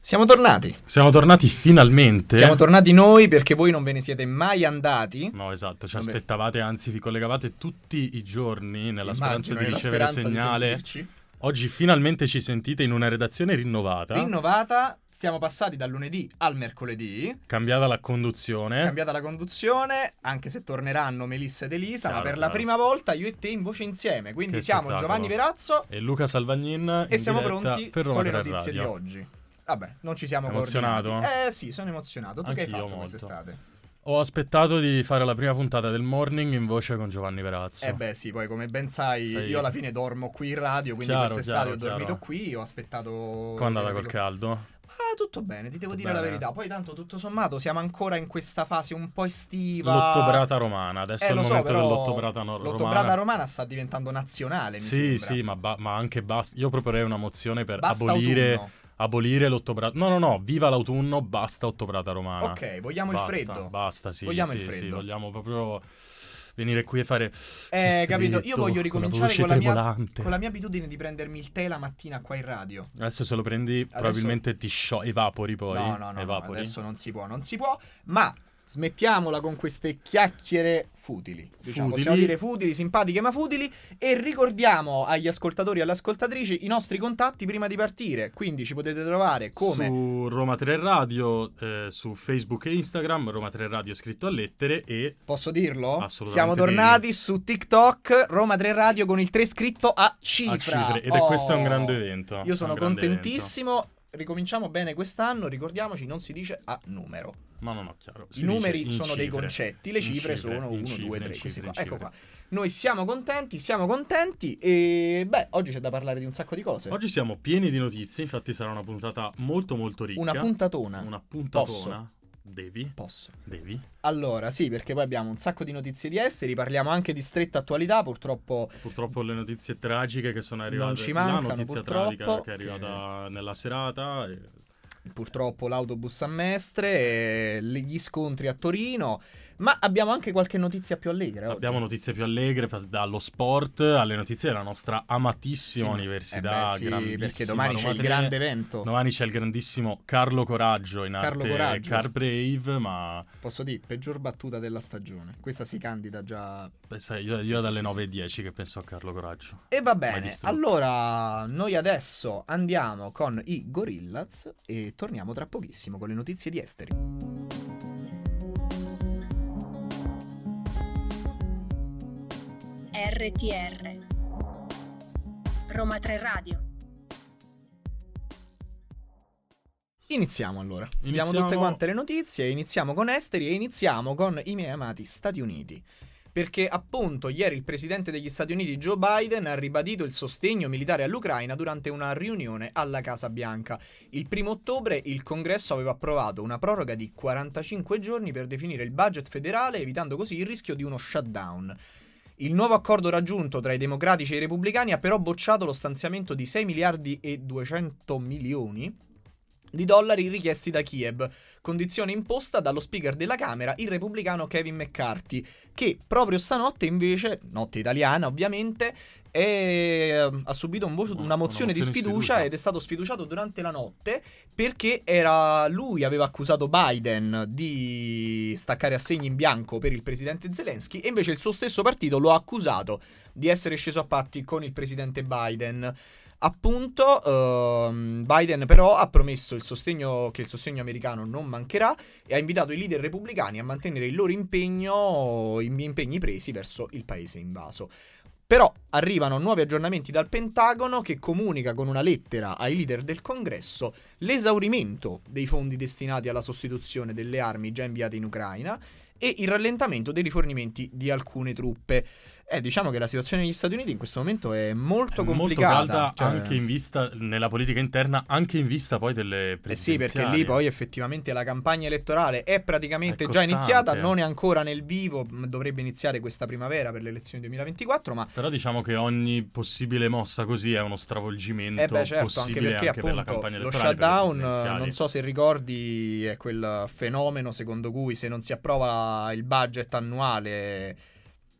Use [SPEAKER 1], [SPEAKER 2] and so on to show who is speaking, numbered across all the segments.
[SPEAKER 1] Siamo tornati.
[SPEAKER 2] Siamo tornati finalmente.
[SPEAKER 1] Siamo tornati noi perché voi non ve ne siete mai andati.
[SPEAKER 2] No, esatto, ci aspettavate, anzi vi collegavate tutti i giorni nella speranza di
[SPEAKER 1] nella
[SPEAKER 2] ricevere
[SPEAKER 1] speranza
[SPEAKER 2] segnale.
[SPEAKER 1] di sentirci.
[SPEAKER 2] Oggi finalmente ci sentite in una redazione rinnovata.
[SPEAKER 1] Siamo passati dal lunedì al mercoledì.
[SPEAKER 2] Cambiata la conduzione,
[SPEAKER 1] anche se torneranno Melissa ed Elisa,
[SPEAKER 2] Chiaro,
[SPEAKER 1] ma per la prima volta io e te in voce insieme. Quindi
[SPEAKER 2] Che
[SPEAKER 1] siamo
[SPEAKER 2] spettacolo.
[SPEAKER 1] Giovanni Verazzo
[SPEAKER 2] e Luca Salvagnin
[SPEAKER 1] e siamo pronti
[SPEAKER 2] per Roma
[SPEAKER 1] con le
[SPEAKER 2] 3
[SPEAKER 1] notizie
[SPEAKER 2] Radio.
[SPEAKER 1] di oggi. Vabbè, non ci siamo
[SPEAKER 2] Emozionato?
[SPEAKER 1] coordinati. Sì, sono emozionato. Tu
[SPEAKER 2] Anch'io
[SPEAKER 1] che hai fatto
[SPEAKER 2] molto.
[SPEAKER 1] quest'estate?
[SPEAKER 2] Ho aspettato di fare la prima puntata del Morning in voce con Giovanni Verazzo.
[SPEAKER 1] Sì, poi come ben sai, io alla fine dormo qui in radio, quindi
[SPEAKER 2] Chiaro,
[SPEAKER 1] quest'estate
[SPEAKER 2] chiaro,
[SPEAKER 1] ho dormito
[SPEAKER 2] chiaro.
[SPEAKER 1] qui, ho aspettato...
[SPEAKER 2] Com'è andata col caldo?
[SPEAKER 1] Tutto bene, ti devo dire
[SPEAKER 2] Bene.
[SPEAKER 1] la verità. Poi tanto tutto sommato siamo ancora in questa fase un po' estiva.
[SPEAKER 2] L'ottobrata romana, adesso è il
[SPEAKER 1] lo so,
[SPEAKER 2] momento
[SPEAKER 1] però
[SPEAKER 2] dell'ottobrata romana.
[SPEAKER 1] l'ottobrata romana sta diventando nazionale, mi
[SPEAKER 2] Sì,
[SPEAKER 1] sembra.
[SPEAKER 2] sì, ma anche basta. Io proporrei una mozione per
[SPEAKER 1] Basta
[SPEAKER 2] abolire...
[SPEAKER 1] autunno.
[SPEAKER 2] Abolire l'ottobrata. No, viva l'autunno, basta ottobrata romana.
[SPEAKER 1] Ok, vogliamo il freddo.
[SPEAKER 2] Basta, sì.
[SPEAKER 1] Vogliamo
[SPEAKER 2] sì,
[SPEAKER 1] il freddo.
[SPEAKER 2] Sì, vogliamo proprio venire qui e fare.
[SPEAKER 1] Capito, io voglio ricominciare con
[SPEAKER 2] tremolante.
[SPEAKER 1] la mia abitudine di prendermi il tè la mattina qua in radio.
[SPEAKER 2] Adesso se lo prendi, probabilmente ti evapori poi.
[SPEAKER 1] No,
[SPEAKER 2] evapori.
[SPEAKER 1] adesso non si può, ma smettiamola con queste chiacchiere futili. Possiamo dire futili, simpatiche ma futili. E ricordiamo agli ascoltatori e alle ascoltatrici i nostri contatti prima di partire. Quindi ci potete trovare come
[SPEAKER 2] su Roma 3 Radio, su Facebook e Instagram, Roma 3 Radio scritto a lettere e...
[SPEAKER 1] Posso dirlo?
[SPEAKER 2] Assolutamente.
[SPEAKER 1] Siamo tornati su TikTok, Roma 3 Radio con il 3 scritto a cifra.
[SPEAKER 2] Ed è questo è un grande evento.
[SPEAKER 1] Io sono contentissimo. Ricominciamo bene quest'anno, ricordiamoci, non si dice a numero.
[SPEAKER 2] Ma non ho chiaro.
[SPEAKER 1] I numeri sono dei concetti, le cifre sono 1, 2, 3, questi qua. Ecco qua. Noi siamo contenti e oggi c'è da parlare di un sacco di cose.
[SPEAKER 2] Oggi siamo pieni di notizie, infatti sarà una puntata molto molto ricca.
[SPEAKER 1] Una puntatona.
[SPEAKER 2] Posso?
[SPEAKER 1] Posso.
[SPEAKER 2] Devi?
[SPEAKER 1] Allora, sì, perché poi abbiamo un sacco di notizie di esteri, parliamo anche di stretta attualità, purtroppo
[SPEAKER 2] le notizie tragiche che sono arrivate.
[SPEAKER 1] Non ci mancano,
[SPEAKER 2] la notizia
[SPEAKER 1] purtroppo,
[SPEAKER 2] tragica che è arrivata nella serata.
[SPEAKER 1] Purtroppo l'autobus a Mestre, gli scontri a Torino, ma abbiamo anche qualche notizia più allegra oggi.
[SPEAKER 2] Abbiamo notizie più allegre, dallo sport alle notizie della nostra amatissima università.
[SPEAKER 1] Sì, perché domani c'è il grande evento.
[SPEAKER 2] Domani c'è il grandissimo Carlo Coraggio in arte Car Brave, ma...
[SPEAKER 1] Posso dire, peggior battuta della stagione. Questa si candida già...
[SPEAKER 2] Sai, io dalle 9:10 che penso a Carlo Coraggio.
[SPEAKER 1] E va bene, allora noi adesso andiamo con i Gorillaz e torniamo tra pochissimo con le notizie di esteri.
[SPEAKER 3] RTR Roma 3 Radio.
[SPEAKER 1] Iniziamo allora. Abbiamo tutte quante le notizie, iniziamo con esteri e iniziamo con i miei amati Stati Uniti. Perché appunto ieri il presidente degli Stati Uniti Joe Biden ha ribadito il sostegno militare all'Ucraina durante una riunione alla Casa Bianca. Il 1° ottobre il Congresso aveva approvato una proroga di 45 giorni per definire il budget federale, evitando così il rischio di uno shutdown. Il nuovo accordo raggiunto tra i democratici e i repubblicani ha però bocciato lo stanziamento di 6 miliardi e 200 milioni di dollari richiesti da Kiev, condizione imposta dallo speaker della Camera, il repubblicano Kevin McCarthy, che proprio stanotte invece, notte italiana ovviamente, ha subito una mozione di sfiducia ed è stato sfiduciato durante la notte perché lui aveva accusato Biden di staccare assegni in bianco per il presidente Zelensky e invece il suo stesso partito lo ha accusato di essere sceso a patti con il presidente Biden. Appunto, Biden però ha promesso che il sostegno americano non mancherà e ha invitato i leader repubblicani a mantenere il loro impegni presi verso il paese invaso. Però arrivano nuovi aggiornamenti dal Pentagono che comunica con una lettera ai leader del Congresso l'esaurimento dei fondi destinati alla sostituzione delle armi già inviate in Ucraina e il rallentamento dei rifornimenti di alcune truppe. Diciamo che la situazione negli Stati Uniti in questo momento è molto complicata.
[SPEAKER 2] Molto calda, anche in vista, nella politica interna, anche in vista poi delle presidenziali.
[SPEAKER 1] Sì, perché lì poi effettivamente la campagna elettorale è praticamente già iniziata, non è ancora nel vivo, dovrebbe iniziare questa primavera per le elezioni 2024, ma...
[SPEAKER 2] Però diciamo che ogni possibile mossa così è uno stravolgimento
[SPEAKER 1] certo, anche perché appunto
[SPEAKER 2] per la campagna
[SPEAKER 1] lo
[SPEAKER 2] elettorale.
[SPEAKER 1] shutdown, non so se ricordi, è quel fenomeno secondo cui se non si approva il budget annuale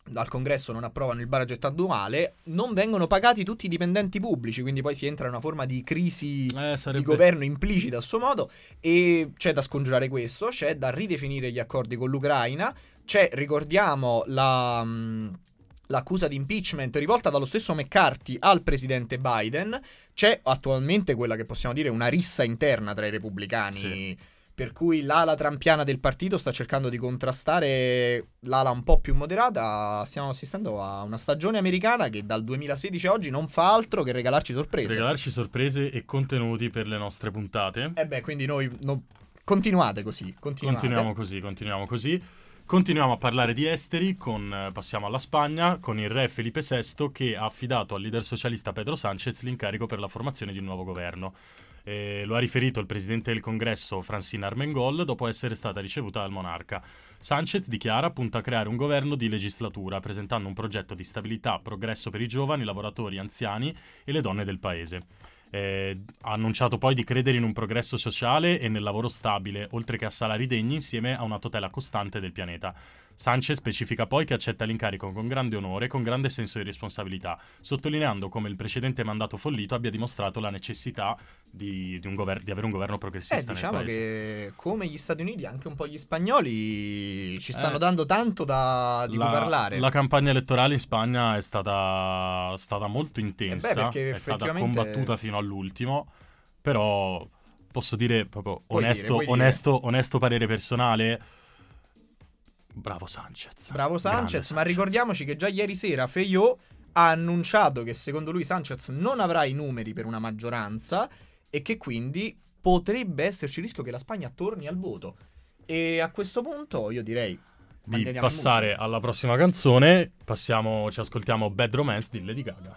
[SPEAKER 1] dal Congresso non approvano il budget annuale, non vengono pagati tutti i dipendenti pubblici, quindi poi si entra in una forma di crisi di governo implicita a suo modo, e c'è da scongiurare questo, c'è da ridefinire gli accordi con l'Ucraina, c'è, ricordiamo, l'accusa di impeachment rivolta dallo stesso McCarthy al presidente Biden, c'è attualmente quella che possiamo dire una rissa interna tra i repubblicani, sì, per cui l'ala trampiana del partito sta cercando di contrastare l'ala un po' più moderata. Stiamo assistendo a una stagione americana che dal 2016 a oggi non fa altro che regalarci sorprese.
[SPEAKER 2] Regalarci sorprese e contenuti per le nostre puntate.
[SPEAKER 1] Quindi noi continuate così.
[SPEAKER 2] Continuiamo così. Continuiamo a parlare di esteri, passiamo alla Spagna, con il re Felipe VI che ha affidato al leader socialista Pedro Sánchez l'incarico per la formazione di un nuovo governo. Lo ha riferito il presidente del Congresso Francina Armengol dopo essere stata ricevuta dal monarca. Sánchez dichiara punta a creare un governo di legislatura, presentando un progetto di stabilità, progresso per i giovani, i lavoratori, anziani e le donne del paese. Ha annunciato poi di credere in un progresso sociale e nel lavoro stabile, oltre che a salari degni, insieme a una tutela costante del pianeta. Sánchez specifica poi che accetta l'incarico con grande onore e con grande senso di responsabilità, sottolineando come il precedente mandato fallito abbia dimostrato la necessità di avere un governo progressista nel
[SPEAKER 1] diciamo
[SPEAKER 2] paese.
[SPEAKER 1] Che come gli Stati Uniti anche un po' gli spagnoli ci stanno dando tanto di cui parlare.
[SPEAKER 2] La campagna elettorale in Spagna è stata molto intensa,
[SPEAKER 1] perché
[SPEAKER 2] è stata combattuta fino all'ultimo, però posso dire proprio onesto parere personale. Bravo Sánchez, ma ricordiamoci che già ieri sera Feijóo ha annunciato che secondo lui Sánchez non avrà i numeri per una maggioranza e che quindi potrebbe esserci il rischio che la Spagna torni al voto. E a questo punto io direi di passare alla prossima canzone. Ci ascoltiamo Bad Romance di Lady Gaga.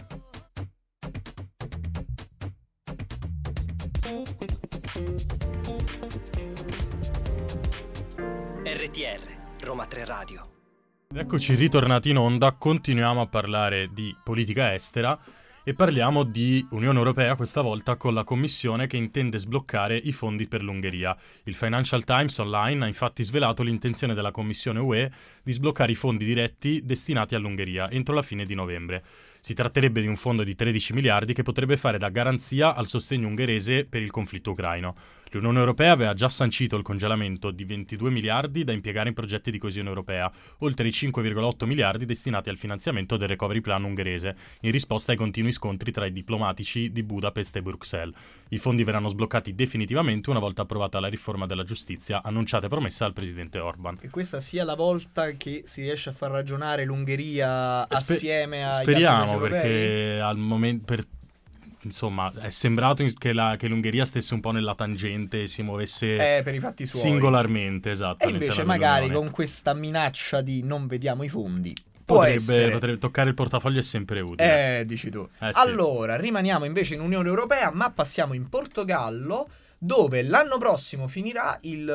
[SPEAKER 4] RTR Roma 3 Radio.
[SPEAKER 2] Eccoci ritornati in onda, continuiamo a parlare di politica estera e parliamo di Unione Europea, questa volta con la Commissione che intende sbloccare i fondi per l'Ungheria. Il Financial Times Online ha infatti svelato l'intenzione della Commissione UE di sbloccare i fondi diretti destinati all'Ungheria entro la fine di novembre. Si tratterebbe di un fondo di 13 miliardi che potrebbe fare da garanzia al sostegno ungherese per il conflitto ucraino. L'Unione Europea aveva già sancito il congelamento di 22 miliardi da impiegare in progetti di coesione europea, oltre i 5,8 miliardi destinati al finanziamento del recovery plan ungherese, in risposta ai continui scontri tra i diplomatici di Budapest e Bruxelles. I fondi verranno sbloccati definitivamente una volta approvata la riforma della giustizia, annunciata e promessa dal presidente Orban.
[SPEAKER 1] E questa sia la volta che si riesce a far ragionare l'Ungheria assieme agli altri
[SPEAKER 2] paesi
[SPEAKER 1] europei?
[SPEAKER 2] Perché al momento insomma, è sembrato che l'Ungheria stesse un po' nella tangente e si muovesse
[SPEAKER 1] per i fatti suoi
[SPEAKER 2] singolarmente, esatto.
[SPEAKER 1] E invece magari con questa minaccia di non vediamo i fondi potrebbe
[SPEAKER 2] toccare il portafoglio, è sempre utile.
[SPEAKER 1] Dici tu.
[SPEAKER 2] Sì.
[SPEAKER 1] Allora, rimaniamo invece in Unione Europea, ma passiamo in Portogallo, dove l'anno prossimo finirà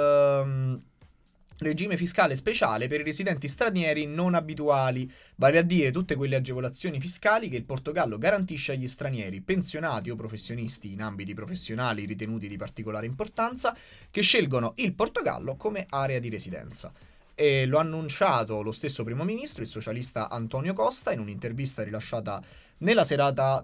[SPEAKER 1] il regime fiscale speciale per i residenti stranieri non abituali, vale a dire tutte quelle agevolazioni fiscali che il Portogallo garantisce agli stranieri pensionati o professionisti in ambiti professionali ritenuti di particolare importanza che scelgono il Portogallo come area di residenza. E lo ha annunciato lo stesso primo ministro, il socialista António Costa, in un'intervista rilasciata nella serata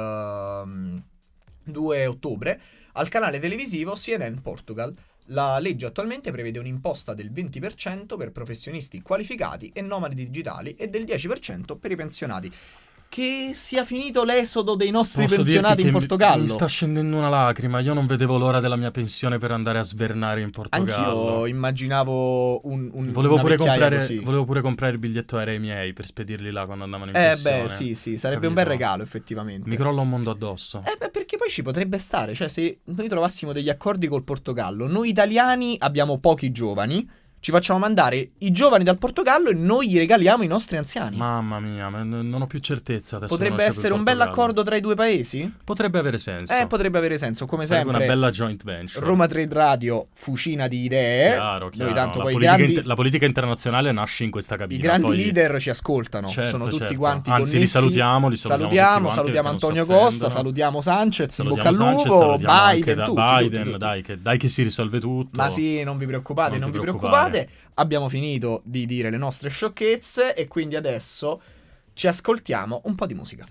[SPEAKER 1] del 2 ottobre al canale televisivo CNN Portugal. La legge attualmente prevede un'imposta del 20% per professionisti qualificati e nomadi digitali e del 10% per i pensionati. Che sia finito l'esodo dei nostri pensionati in Portogallo.
[SPEAKER 2] Mi sta scendendo una lacrima. Io non vedevo l'ora della mia pensione per andare a svernare in Portogallo.
[SPEAKER 1] Anch'io immaginavo
[SPEAKER 2] volevo pure comprare il biglietto aereo ai miei per spedirli là quando andavano in pensione.
[SPEAKER 1] Sì, sarebbe un bel regalo effettivamente.
[SPEAKER 2] Mi crolla un mondo addosso.
[SPEAKER 1] Perché poi ci potrebbe stare. Cioè, se noi trovassimo degli accordi col Portogallo, noi italiani abbiamo pochi giovani, ci facciamo mandare i giovani dal Portogallo e noi gli regaliamo i nostri anziani.
[SPEAKER 2] Mamma mia, non ho più certezza adesso.
[SPEAKER 1] Potrebbe essere un bel accordo tra i due paesi?
[SPEAKER 2] Potrebbe avere senso.
[SPEAKER 1] Potrebbe avere senso, come sempre.
[SPEAKER 2] Una bella joint venture.
[SPEAKER 1] Roma 3 Radio, fucina di idee.
[SPEAKER 2] Chiaro.
[SPEAKER 1] Noi tanto
[SPEAKER 2] la politica internazionale nasce in questa cabina.
[SPEAKER 1] I grandi leader ci ascoltano, sono tutti quanti
[SPEAKER 2] connessi.
[SPEAKER 1] Anzi,
[SPEAKER 2] li salutiamo
[SPEAKER 1] Antonio Costa, salutiamo Sánchez, in bocca al lupo, Biden,
[SPEAKER 2] che si risolve tutto.
[SPEAKER 1] Ma sì, non vi preoccupate. puntate. Abbiamo finito di dire le nostre sciocchezze e quindi adesso ci ascoltiamo un po' di musica.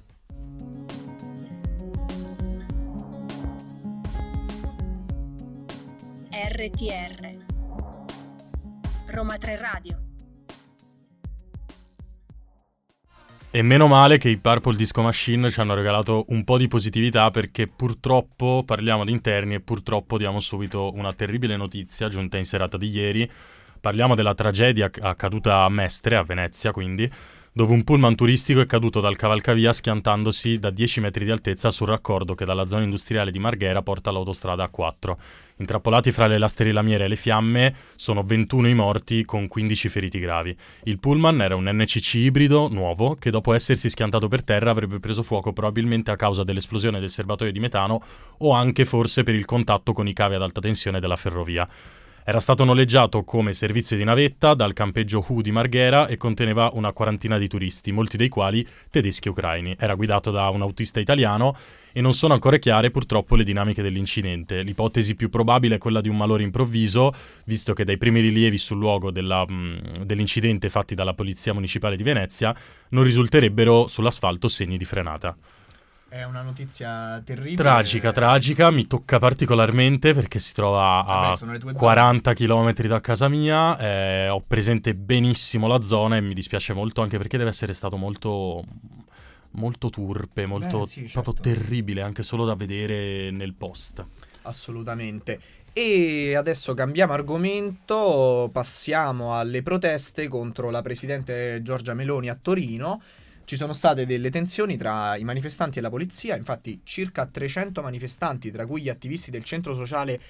[SPEAKER 3] RTR Roma 3 Radio.
[SPEAKER 2] E meno male che i Purple Disco Machine ci hanno regalato un po' di positività, perché purtroppo parliamo di interni e purtroppo diamo subito una terribile notizia giunta in serata di ieri. Parliamo della tragedia accaduta a Mestre, a Venezia quindi, dove un pullman turistico è caduto dal cavalcavia schiantandosi da 10 metri di altezza sul raccordo che dalla zona industriale di Marghera porta all'autostrada A4. Intrappolati fra le lastre lamiere e le fiamme sono 21 i morti con 15 feriti gravi. Il pullman era un NCC ibrido nuovo che dopo essersi schiantato per terra avrebbe preso fuoco probabilmente a causa dell'esplosione del serbatoio di metano o anche forse per il contatto con i cavi ad alta tensione della ferrovia. Era stato noleggiato come servizio di navetta dal campeggio Hu di Marghera e conteneva una quarantina di turisti, molti dei quali tedeschi e ucraini. Era guidato da un autista italiano e non sono ancora chiare purtroppo le dinamiche dell'incidente. L'ipotesi più probabile è quella di un malore improvviso, visto che dai primi rilievi sul luogo dell'incidente fatti dalla Polizia Municipale di Venezia non risulterebbero sull'asfalto segni di frenata.
[SPEAKER 1] È una notizia terribile.
[SPEAKER 2] Tragica, mi tocca particolarmente perché si trova a 40 km da casa mia, ho presente benissimo la zona e mi dispiace molto, anche perché deve essere stato molto, molto turpe, molto
[SPEAKER 1] sì,
[SPEAKER 2] proprio
[SPEAKER 1] certo.
[SPEAKER 2] terribile, anche solo da vedere nel post.
[SPEAKER 1] Assolutamente. E adesso cambiamo argomento, passiamo alle proteste contro la presidente Giorgia Meloni a Torino. Ci sono state delle tensioni tra i manifestanti e la polizia, infatti circa 300 manifestanti, tra cui gli attivisti del centro sociale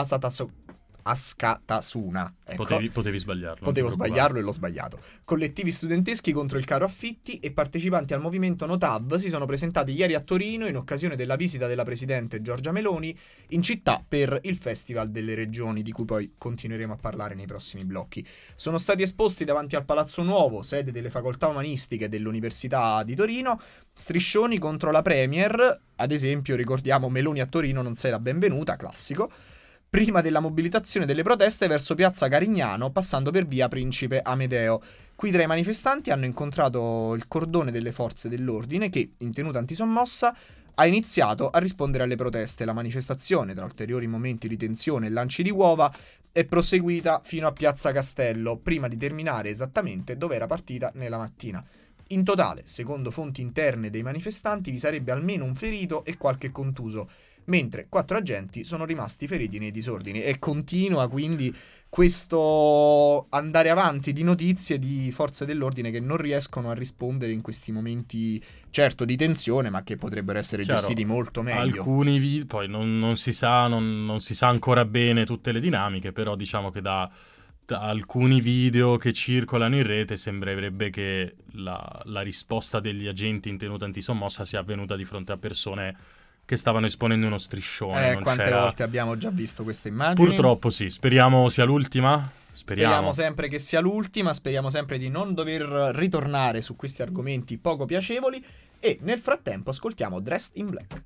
[SPEAKER 1] Askatasuna. Ecco.
[SPEAKER 2] Potevi sbagliarlo.
[SPEAKER 1] Potevo sbagliarlo e l'ho sbagliato. Collettivi studenteschi contro il caro affitti e partecipanti al movimento Notav si sono presentati ieri a Torino in occasione della visita della presidente Giorgia Meloni in città per il Festival delle Regioni, di cui poi continueremo a parlare nei prossimi blocchi. Sono stati esposti davanti al Palazzo Nuovo, sede delle facoltà umanistiche dell'Università di Torino, striscioni contro la Premier. Ad esempio, ricordiamo, Meloni a Torino non sei la benvenuta, classico. Prima della mobilitazione delle proteste verso Piazza Carignano, passando per via Principe Amedeo. Qui tra i manifestanti hanno incontrato il cordone delle forze dell'ordine che, in tenuta antisommossa, ha iniziato a rispondere alle proteste. La manifestazione, tra ulteriori momenti di tensione e lanci di uova, è proseguita fino a Piazza Castello, prima di terminare esattamente dove era partita nella mattina. In totale, secondo fonti interne dei manifestanti, vi sarebbe almeno un ferito e qualche contuso, mentre 4 agenti sono rimasti feriti nei disordini. E continua quindi questo andare avanti di notizie di forze dell'ordine che non riescono a rispondere in questi momenti, certo di tensione, ma che potrebbero essere gestiti molto meglio.
[SPEAKER 2] Alcuni poi non si sa ancora bene tutte le dinamiche, però diciamo che da alcuni video che circolano in rete sembrerebbe che la risposta degli agenti in tenuta antisommossa sia avvenuta di fronte a persone che stavano esponendo uno striscione.
[SPEAKER 1] Quante volte abbiamo già visto queste immagini?
[SPEAKER 2] Purtroppo sì, speriamo sia l'ultima.
[SPEAKER 1] Speriamo sempre che sia l'ultima, speriamo sempre di non dover ritornare su questi argomenti poco piacevoli e nel frattempo ascoltiamo Dressed in Black.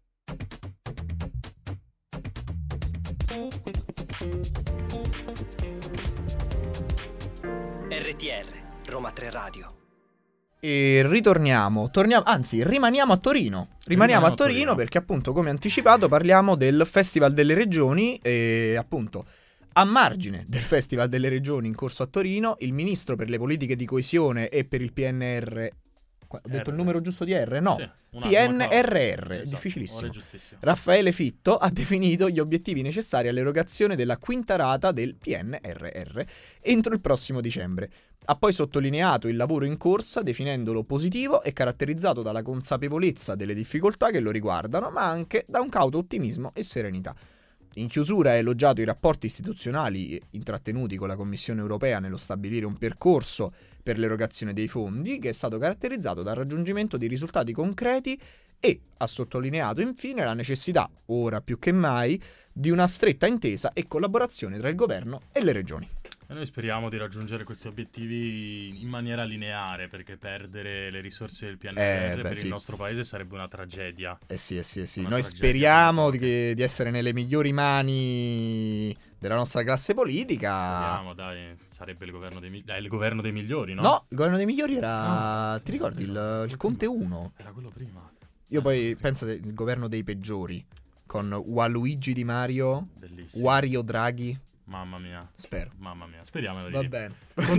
[SPEAKER 4] RTR Roma 3 Radio.
[SPEAKER 1] E rimaniamo a Torino. Rimaniamo a Torino perché appunto, come anticipato, parliamo del Festival delle Regioni e appunto a margine del Festival delle Regioni in corso a Torino, il ministro per le politiche di coesione e per il PNR, ho detto il numero giusto di R? No, sì, PNRR, è difficilissimo. Raffaele Fitto ha definito gli obiettivi necessari all'erogazione della quinta rata del PNRR entro il prossimo dicembre. Ha poi sottolineato il lavoro in corsa, definendolo positivo e caratterizzato dalla consapevolezza delle difficoltà che lo riguardano, ma anche da un cauto ottimismo e serenità. In chiusura ha elogiato i rapporti istituzionali intrattenuti con la Commissione europea nello stabilire un percorso per l'erogazione dei fondi, che è stato caratterizzato dal raggiungimento di risultati concreti, e ha sottolineato infine la necessità, ora più che mai, di una stretta intesa e collaborazione tra il governo e le regioni.
[SPEAKER 2] E noi speriamo di raggiungere questi obiettivi in maniera lineare, perché perdere le risorse del PNRR per il nostro paese sarebbe una tragedia.
[SPEAKER 1] Sì. Noi speriamo di essere nelle migliori mani della nostra classe politica.
[SPEAKER 2] Speriamo, dai, sarebbe il governo dei migliori, no?
[SPEAKER 1] No, il governo dei migliori era... ti ricordi il Conte 1?
[SPEAKER 2] Era quello prima.
[SPEAKER 1] Io poi penso il governo dei peggiori, con Waluigi Di Mario,
[SPEAKER 2] bellissimo.
[SPEAKER 1] Wario Draghi.
[SPEAKER 2] Mamma mia.
[SPEAKER 1] Spero.
[SPEAKER 2] Mamma mia. Speriamo.
[SPEAKER 1] Va bene.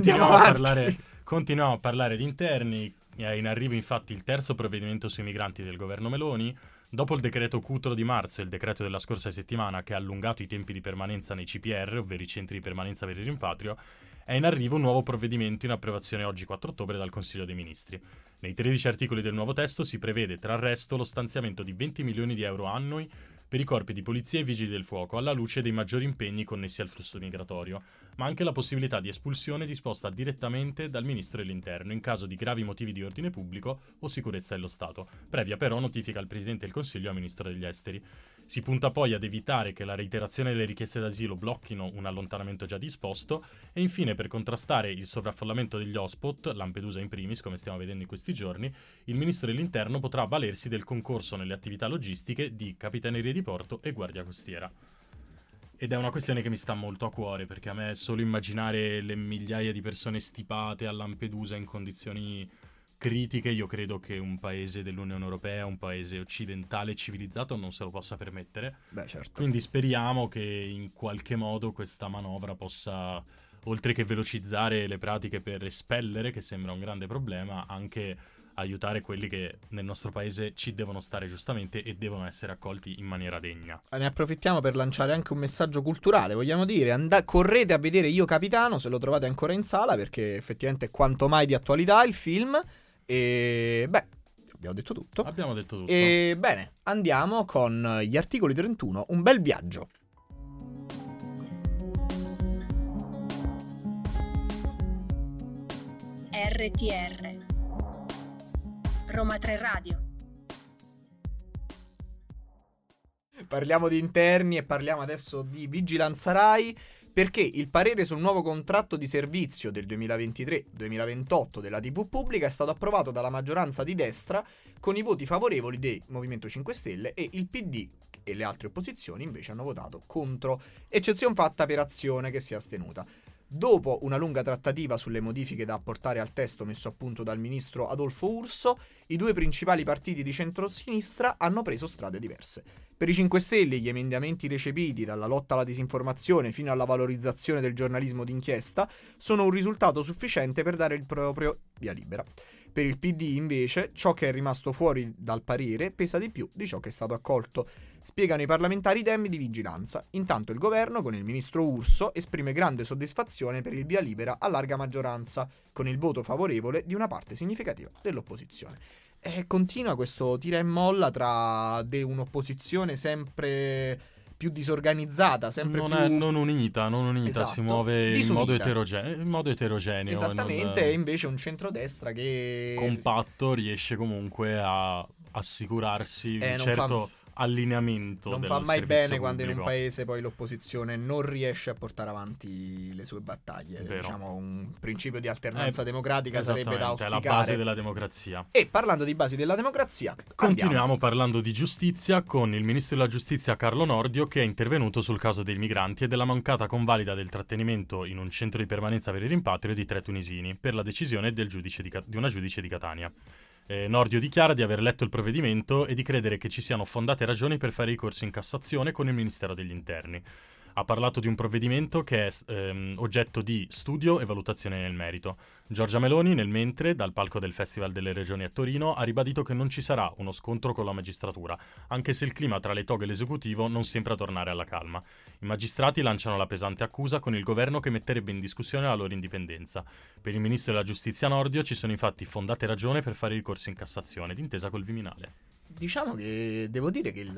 [SPEAKER 2] Continuiamo a parlare di interni. È in arrivo infatti il terzo provvedimento sui migranti del governo Meloni. Dopo il decreto Cutro di marzo e il decreto della scorsa settimana che ha allungato i tempi di permanenza nei CPR, ovvero i centri di permanenza per il rimpatrio, è in arrivo un nuovo provvedimento in approvazione oggi 4 ottobre dal Consiglio dei Ministri. Nei 13 articoli del nuovo testo si prevede tra il resto lo stanziamento di 20 milioni di euro annui per i corpi di polizia e vigili del fuoco, alla luce dei maggiori impegni connessi al flusso migratorio, ma anche la possibilità di espulsione disposta direttamente dal Ministro dell'Interno in caso di gravi motivi di ordine pubblico o sicurezza dello Stato, previa però notifica al Presidente del Consiglio e al Ministro degli Esteri. Si punta poi ad evitare che la reiterazione delle richieste d'asilo blocchino un allontanamento già disposto e infine, per contrastare il sovraffollamento degli hotspot, Lampedusa in primis, come stiamo vedendo in questi giorni, il Ministro dell'Interno potrà avvalersi del concorso nelle attività logistiche di Capitaneria di Porto e Guardia Costiera. Ed è una questione che mi sta molto a cuore, perché a me solo immaginare le migliaia di persone stipate a Lampedusa in condizioni critiche, io credo che un paese dell'Unione Europea, un paese occidentale civilizzato non se lo possa permettere.
[SPEAKER 1] Beh, certo.
[SPEAKER 2] Quindi speriamo che in qualche modo questa manovra possa, oltre che velocizzare le pratiche per espellere, che sembra un grande problema, anche aiutare quelli che nel nostro paese ci devono stare giustamente e devono essere accolti in maniera degna.
[SPEAKER 1] Ne approfittiamo per lanciare anche un messaggio culturale, vogliamo dire, correte a vedere Io Capitano se lo trovate ancora in sala, perché effettivamente è quanto mai di attualità il film. E beh, abbiamo detto tutto. E bene, andiamo con gli articoli 31, un bel viaggio.
[SPEAKER 3] RTR Roma 3 Radio.
[SPEAKER 1] Parliamo di interni e parliamo adesso di Vigilanza Rai, perché il parere sul nuovo contratto di servizio del 2023-2028 della TV pubblica è stato approvato dalla maggioranza di destra con i voti favorevoli del Movimento 5 Stelle, e il PD e le altre opposizioni invece hanno votato contro, eccezione fatta per Azione, che si è astenuta. Dopo una lunga trattativa sulle modifiche da apportare al testo messo a punto dal ministro Adolfo Urso, i due principali partiti di centrosinistra hanno preso strade diverse. Per i 5 Stelle gli emendamenti recepiti, dalla lotta alla disinformazione fino alla valorizzazione del giornalismo d'inchiesta, sono un risultato sufficiente per dare il proprio via libera. Per il PD invece ciò che è rimasto fuori dal parere pesa di più di ciò che è stato accolto. Spiegano i parlamentari i temi di vigilanza. Intanto il governo, con il ministro Urso, esprime grande soddisfazione per il via libera a larga maggioranza, con il voto favorevole di una parte significativa dell'opposizione. E continua questo tira e molla tra un'opposizione sempre più disorganizzata, sempre
[SPEAKER 2] non unita, esatto, si muove in modo eterogeneo.
[SPEAKER 1] Esattamente, e invece un centrodestra che
[SPEAKER 2] compatto riesce comunque a assicurarsi un certo allineamento.
[SPEAKER 1] Non fa mai bene quando in un paese poi l'opposizione non riesce a portare avanti le sue battaglie.
[SPEAKER 2] Vero.
[SPEAKER 1] Diciamo, un principio di alternanza democratica sarebbe da auspicare.
[SPEAKER 2] È la base della democrazia.
[SPEAKER 1] E parlando di basi della democrazia,
[SPEAKER 2] continuiamo parlando di giustizia con il ministro della giustizia Carlo Nordio, che è intervenuto sul caso dei migranti e della mancata convalida del trattenimento in un centro di permanenza per il rimpatrio di 3 tunisini per la decisione di una giudice di Catania. Nordio dichiara di aver letto il provvedimento e di credere che ci siano fondate ragioni per fare ricorso in Cassazione con il Ministero degli Interni. Ha parlato di un provvedimento che è oggetto di studio e valutazione nel merito. Giorgia Meloni, nel mentre, dal palco del Festival delle Regioni a Torino, ha ribadito che non ci sarà uno scontro con la magistratura, anche se il clima tra le toghe e l'esecutivo non sembra tornare alla calma. I magistrati lanciano la pesante accusa con il governo che metterebbe in discussione la loro indipendenza. Per il ministro della giustizia Nordio ci sono infatti fondate ragioni per fare ricorso in Cassazione, d'intesa col Viminale.
[SPEAKER 1] Diciamo che devo dire che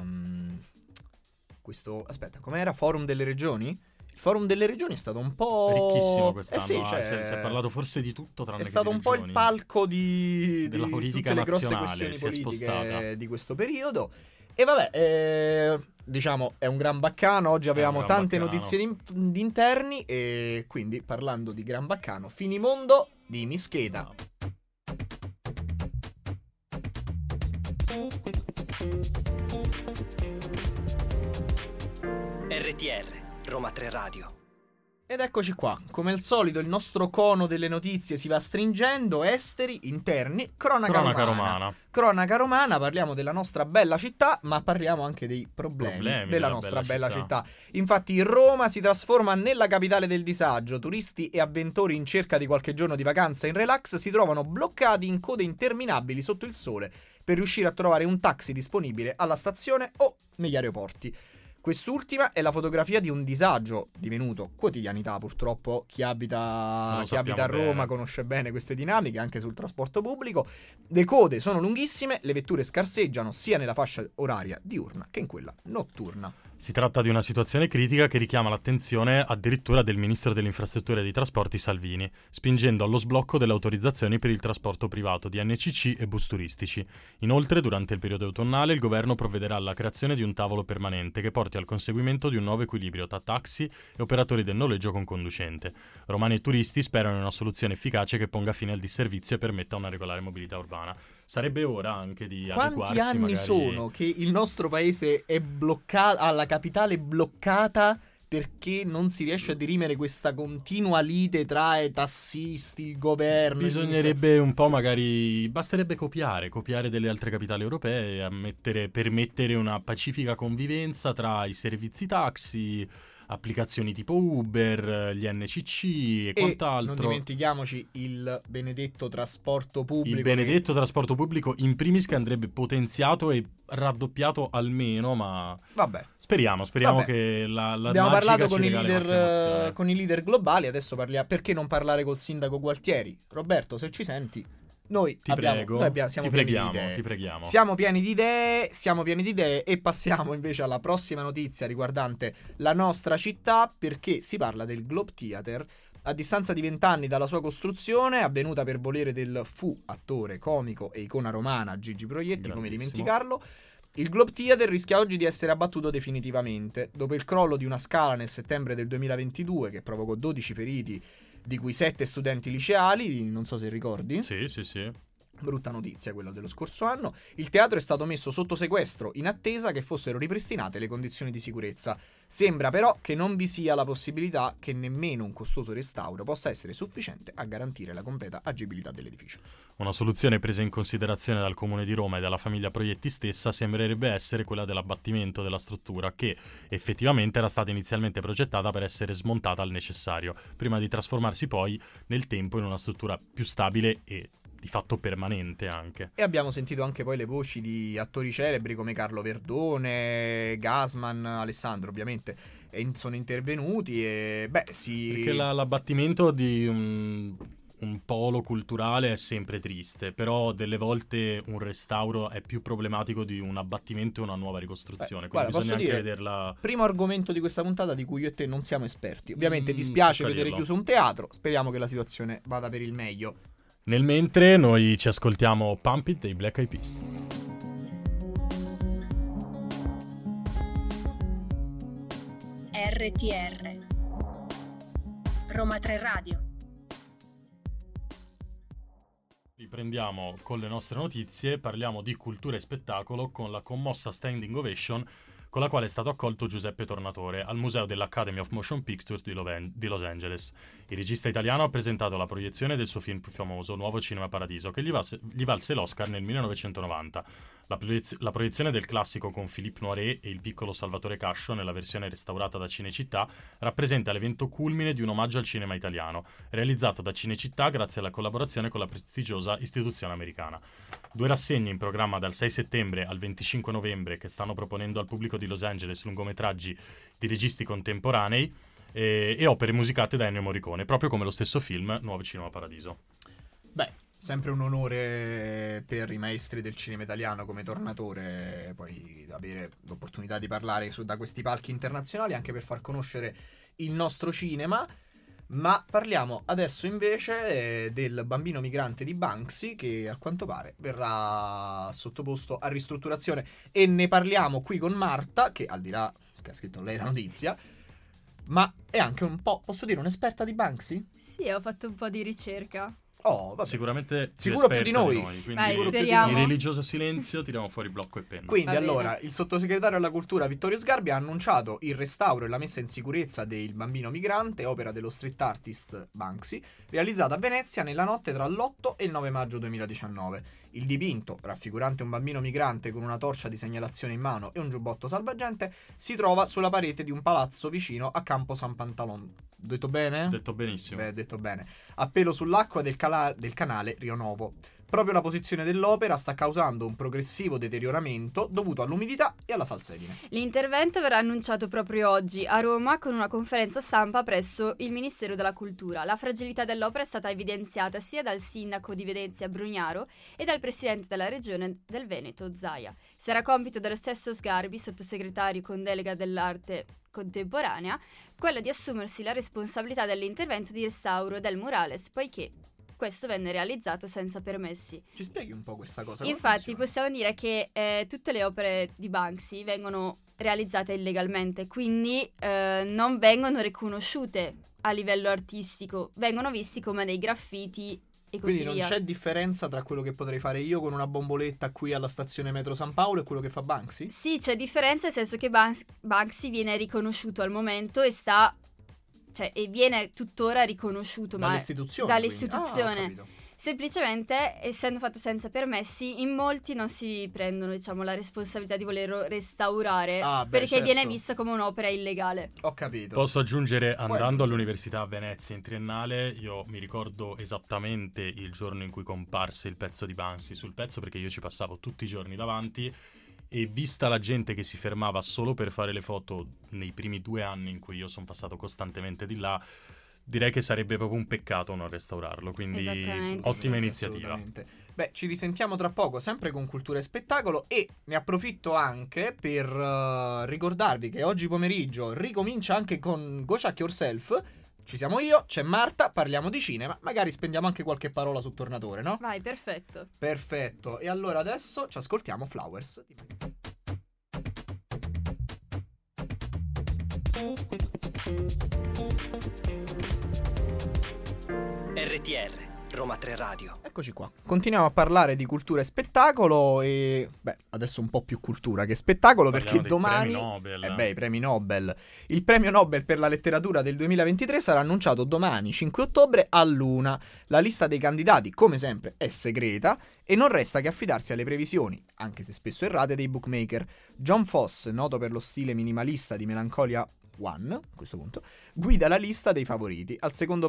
[SPEAKER 1] com'era? Forum delle Regioni? Il Forum delle Regioni è stato un po'
[SPEAKER 2] ricchissimo quest'anno,
[SPEAKER 1] sì,
[SPEAKER 2] si è parlato forse di tutto tranne che di
[SPEAKER 1] regioni. È stato un po' il palco
[SPEAKER 2] della politica
[SPEAKER 1] tutte le grosse
[SPEAKER 2] nazionale,
[SPEAKER 1] questioni politiche di questo periodo. E vabbè, diciamo è un gran baccano. Oggi avevamo tante notizie di interni, e quindi parlando di gran baccano, finimondo di Mischeta.
[SPEAKER 4] RTR, Roma 3 Radio.
[SPEAKER 1] Ed eccoci qua, come al solito il nostro cono delle notizie si va stringendo. Esteri, interni, cronaca romana. Cronaca romana, parliamo della nostra bella città, ma parliamo anche dei problemi della nostra bella città. Infatti Roma si trasforma nella capitale del disagio. Turisti e avventori in cerca di qualche giorno di vacanza in relax si trovano bloccati in code interminabili sotto il sole per riuscire a trovare un taxi disponibile alla stazione o negli aeroporti. Quest'ultima è la fotografia di un disagio divenuto quotidianità, purtroppo. Chi abita a Roma conosce bene queste dinamiche anche sul trasporto pubblico. Le code sono lunghissime, le vetture scarseggiano sia nella fascia oraria diurna che in quella notturna.
[SPEAKER 2] Si tratta di una situazione critica che richiama l'attenzione addirittura del ministro delle infrastrutture e dei trasporti Salvini, spingendo allo sblocco delle autorizzazioni per il trasporto privato di NCC e bus turistici. Inoltre, durante il periodo autunnale, il governo provvederà alla creazione di un tavolo permanente che porti al conseguimento di un nuovo equilibrio tra taxi e operatori del noleggio con conducente. Romani e turisti sperano in una soluzione efficace che ponga fine al disservizio e permetta una regolare mobilità urbana. Sarebbe ora anche di adeguarsi.
[SPEAKER 1] Quanti anni sono che il nostro paese è bloccato, ha la capitale bloccata perché non si riesce a dirimere questa continua lite tra i tassisti, il governo?
[SPEAKER 2] Bisognerebbe un po' magari, basterebbe copiare delle altre capitali europee e permettere una pacifica convivenza tra i servizi taxi, applicazioni tipo Uber, gli NCC e quant'altro.
[SPEAKER 1] Non dimentichiamoci il benedetto trasporto pubblico.
[SPEAKER 2] Il benedetto trasporto pubblico in primis, che andrebbe potenziato e raddoppiato almeno, ma
[SPEAKER 1] vabbè.
[SPEAKER 2] Speriamo che la
[SPEAKER 1] abbiamo parlato con i leader globali, adesso parliamo. Perché non parlare col sindaco Gualtieri? Roberto, se ci senti, siamo pieni di idee e passiamo invece alla prossima notizia riguardante la nostra città, perché si parla del Globe Theatre. A distanza di 20 anni dalla sua costruzione, avvenuta per volere del attore, comico e icona romana Gigi Proietti, come dimenticarlo, il Globe Theatre rischia oggi di essere abbattuto definitivamente. Dopo il crollo di una scala nel settembre del 2022 che provocò 12 feriti, di cui 7 studenti liceali, non so se ricordi.
[SPEAKER 2] Sì.
[SPEAKER 1] Brutta notizia quella dello scorso anno. Il teatro è stato messo sotto sequestro in attesa che fossero ripristinate le condizioni di sicurezza. Sembra però che non vi sia la possibilità che nemmeno un costoso restauro possa essere sufficiente a garantire la completa agibilità dell'edificio.
[SPEAKER 2] Una soluzione presa in considerazione dal Comune di Roma e dalla famiglia Proietti stessa sembrerebbe essere quella dell'abbattimento della struttura, che effettivamente era stata inizialmente progettata per essere smontata al necessario, prima di trasformarsi poi nel tempo in una struttura più stabile e di fatto permanente anche.
[SPEAKER 1] E abbiamo sentito anche poi le voci di attori celebri come Carlo Verdone, Gassman, Alessandro ovviamente, sono intervenuti e
[SPEAKER 2] perché l'abbattimento di un polo culturale è sempre triste, però delle volte un restauro è più problematico di un abbattimento e una nuova ricostruzione. Quindi bisogna anche vederla.
[SPEAKER 1] Primo argomento di questa puntata di cui io e te non siamo esperti. Ovviamente dispiace vedere chiuso un teatro, speriamo che la situazione vada per il meglio.
[SPEAKER 2] Nel mentre noi ci ascoltiamo Pump It dei Black Eyed Peas.
[SPEAKER 3] RTR Roma 3 Radio.
[SPEAKER 2] Riprendiamo con le nostre notizie, parliamo di cultura e spettacolo con la commossa standing ovation con la quale è stato accolto Giuseppe Tornatore al Museo dell'Academy of Motion Pictures di Los Angeles. Il regista italiano ha presentato la proiezione del suo film più famoso, Nuovo Cinema Paradiso, che gli valse l'Oscar nel 1990. La proiezione del classico con Philippe Noiret e il piccolo Salvatore Cascio nella versione restaurata da Cinecittà rappresenta l'evento culmine di un omaggio al cinema italiano, realizzato da Cinecittà grazie alla collaborazione con la prestigiosa istituzione americana. 2 rassegne in programma dal 6 settembre al 25 novembre che stanno proponendo al pubblico di Los Angeles lungometraggi di registi contemporanei e opere musicate da Ennio Morricone, proprio come lo stesso film Nuovo Cinema Paradiso.
[SPEAKER 1] Sempre un onore per i maestri del cinema italiano come Tornatore poi avere l'opportunità di parlare da questi palchi internazionali, anche per far conoscere il nostro cinema. Ma parliamo adesso invece del bambino migrante di Banksy, che a quanto pare verrà sottoposto a ristrutturazione, e ne parliamo qui con Marta, che al di là che ha scritto lei la notizia, ma è anche un po', posso dire, un'esperta di Banksy?
[SPEAKER 5] Sì, ho fatto un po' di ricerca.
[SPEAKER 1] Oh, vabbè.
[SPEAKER 2] Sicuramente
[SPEAKER 1] Sicuro più di noi.
[SPEAKER 2] quindi
[SPEAKER 5] Vai,
[SPEAKER 1] sicuro più di
[SPEAKER 5] speriamo.
[SPEAKER 2] in religioso silenzio tiriamo fuori blocco e penna.
[SPEAKER 1] Quindi
[SPEAKER 5] Va bene.
[SPEAKER 1] allora, il sottosegretario alla cultura Vittorio Sgarbi ha annunciato il restauro e la messa in sicurezza del bambino migrante, opera dello street artist Banksy, realizzata a Venezia nella notte tra l'8 e il 9 maggio 2019. Il dipinto, raffigurante un bambino migrante con una torcia di segnalazione in mano e un giubbotto salvagente, si trova sulla parete di un palazzo vicino a Campo San Pantalon. Detto bene?
[SPEAKER 2] Detto benissimo.
[SPEAKER 1] Beh, detto bene. A pelo sull'acqua del canale Rio Novo. Proprio la posizione dell'opera sta causando un progressivo deterioramento dovuto all'umidità e alla salsedine.
[SPEAKER 5] L'intervento verrà annunciato proprio oggi a Roma con una conferenza stampa presso il Ministero della Cultura. La fragilità dell'opera è stata evidenziata sia dal sindaco di Venezia Brugnaro e dal presidente della regione del Veneto Zaia. Sarà compito dello stesso Sgarbi, sottosegretario con delega dell'arte contemporanea, quello di assumersi la responsabilità dell'intervento di restauro del murales, poiché questo venne realizzato senza permessi.
[SPEAKER 1] Ci spieghi un po' questa cosa? Come
[SPEAKER 5] Infatti
[SPEAKER 1] funziona?
[SPEAKER 5] possiamo dire che tutte le opere di Banksy vengono realizzate illegalmente, quindi non vengono riconosciute a livello artistico, vengono visti come dei graffiti e così
[SPEAKER 1] Quindi non
[SPEAKER 5] via.
[SPEAKER 1] c'è differenza tra quello che potrei fare io con una bomboletta qui alla stazione metro San Paolo e quello che fa Banksy?
[SPEAKER 5] Sì, c'è differenza nel senso che Banksy viene riconosciuto al momento e viene tuttora riconosciuto
[SPEAKER 1] Dall'istituzione?
[SPEAKER 5] dall'istituzione.
[SPEAKER 1] Quindi. Ah, ho capito.
[SPEAKER 5] Semplicemente, essendo fatto senza permessi, in molti non si prendono, la responsabilità di volerlo restaurare
[SPEAKER 1] Ah, beh,
[SPEAKER 5] perché
[SPEAKER 1] certo.
[SPEAKER 5] viene vista come un'opera illegale.
[SPEAKER 1] Ho capito.
[SPEAKER 2] Posso aggiungere, andando
[SPEAKER 1] aggiungere.
[SPEAKER 2] all'Università a Venezia in triennale, io mi ricordo esattamente il giorno in cui comparse il pezzo di Banksy sul pezzo, perché io ci passavo tutti i giorni davanti, e vista la gente che si fermava solo per fare le foto nei primi 2 anni in cui io sono passato costantemente di là, direi che sarebbe proprio un peccato non restaurarlo, quindi
[SPEAKER 5] Esattamente,
[SPEAKER 2] ottima
[SPEAKER 1] sì,
[SPEAKER 2] iniziativa.
[SPEAKER 1] assolutamente. Beh, ci risentiamo tra poco, sempre con Cultura e Spettacolo, e ne approfitto anche per ricordarvi che oggi pomeriggio ricomincia anche con Go Chuck Yourself. Ci siamo io, c'è Marta, parliamo di cinema, magari spendiamo anche qualche parola su Tornatore, no?
[SPEAKER 5] Vai, perfetto.
[SPEAKER 1] Perfetto, e allora adesso ci ascoltiamo Flowers.
[SPEAKER 4] RTR, Roma 3 Radio.
[SPEAKER 1] Eccoci qua. Continuiamo a parlare di cultura e spettacolo e adesso un po' più cultura che spettacolo.
[SPEAKER 2] Parliamo
[SPEAKER 1] Perché
[SPEAKER 2] dei
[SPEAKER 1] domani
[SPEAKER 2] premi Nobel.
[SPEAKER 1] i premi Nobel. Il premio Nobel per la letteratura del 2023 sarà annunciato domani 5 ottobre all'1. La lista dei candidati, come sempre, è segreta e non resta che affidarsi alle previsioni, anche se spesso errate, dei bookmaker. John Foss, noto per lo stile minimalista di Melancholia One, a questo punto, guida la lista dei favoriti. Al secondo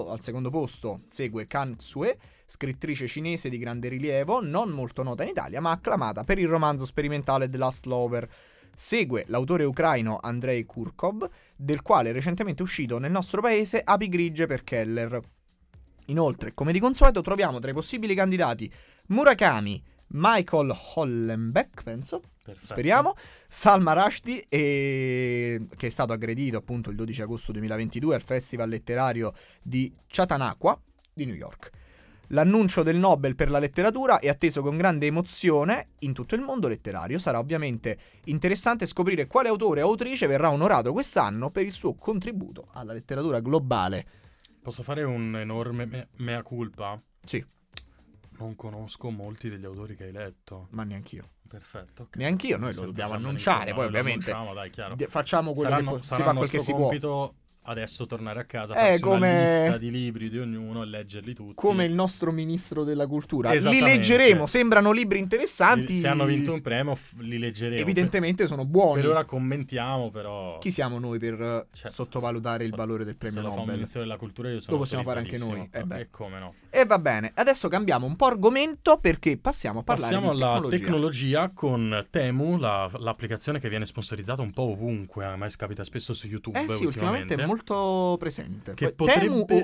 [SPEAKER 1] posto segue Kan Sue, scrittrice cinese di grande rilievo, non molto nota in Italia, ma acclamata per il romanzo sperimentale The Last Lover. Segue l'autore ucraino Andrei Kurkov, del quale è recentemente uscito nel nostro paese Api grigie per Keller. Inoltre, come di consueto, troviamo tra i possibili candidati Murakami, Michael Hollenbeck, penso,
[SPEAKER 2] Perfetto.
[SPEAKER 1] speriamo, Salman Rushdie, che è stato aggredito appunto il 12 agosto 2022 al Festival letterario di Chautauqua di New York. L'annuncio del Nobel per la letteratura è atteso con grande emozione in tutto il mondo letterario. Sarà ovviamente interessante scoprire quale autore o autrice verrà onorato quest'anno per il suo contributo alla letteratura globale.
[SPEAKER 2] Posso fare un enorme mea culpa?
[SPEAKER 1] Sì,
[SPEAKER 2] Non conosco molti degli autori che hai letto.
[SPEAKER 1] ma neanch'io.
[SPEAKER 2] Perfetto. ok.
[SPEAKER 1] Neanch'io, noi lo
[SPEAKER 2] Sento
[SPEAKER 1] dobbiamo
[SPEAKER 2] già
[SPEAKER 1] annunciare,
[SPEAKER 2] bene,
[SPEAKER 1] poi
[SPEAKER 2] lo
[SPEAKER 1] ovviamente
[SPEAKER 2] annunciamo, dai, chiaro.
[SPEAKER 1] Facciamo quello che si
[SPEAKER 2] sarà
[SPEAKER 1] fa quel che
[SPEAKER 2] nostro
[SPEAKER 1] si può.
[SPEAKER 2] compito adesso tornare a casa, farsi
[SPEAKER 1] come-
[SPEAKER 2] una lista di libri di ognuno e leggerli tutti.
[SPEAKER 1] Come il nostro ministro della cultura. Li
[SPEAKER 2] Esattamente.
[SPEAKER 1] leggeremo, sembrano libri interessanti.
[SPEAKER 2] Se hanno vinto un premio li leggeremo.
[SPEAKER 1] Evidentemente sono buoni.
[SPEAKER 2] Per ora commentiamo, però.
[SPEAKER 1] Chi siamo noi per
[SPEAKER 2] Cioè,
[SPEAKER 1] sottovalutare il valore del
[SPEAKER 2] se
[SPEAKER 1] premio
[SPEAKER 2] lo fa un
[SPEAKER 1] Nobel?
[SPEAKER 2] Ministero della Cultura, io sono
[SPEAKER 1] Lo possiamo fare anche noi,
[SPEAKER 2] autorizzatissimo.
[SPEAKER 1] beh.
[SPEAKER 2] E come no?
[SPEAKER 1] E va bene, adesso cambiamo un po' argomento perché passiamo a parlare
[SPEAKER 2] Passiamo
[SPEAKER 1] di
[SPEAKER 2] alla
[SPEAKER 1] tecnologia.
[SPEAKER 2] tecnologia con Temu, l'applicazione che viene sponsorizzata un po' ovunque, a me capita spesso su YouTube
[SPEAKER 1] Sì, ultimamente è molto presente.
[SPEAKER 2] Che
[SPEAKER 1] Temu
[SPEAKER 2] potrebbe-
[SPEAKER 1] o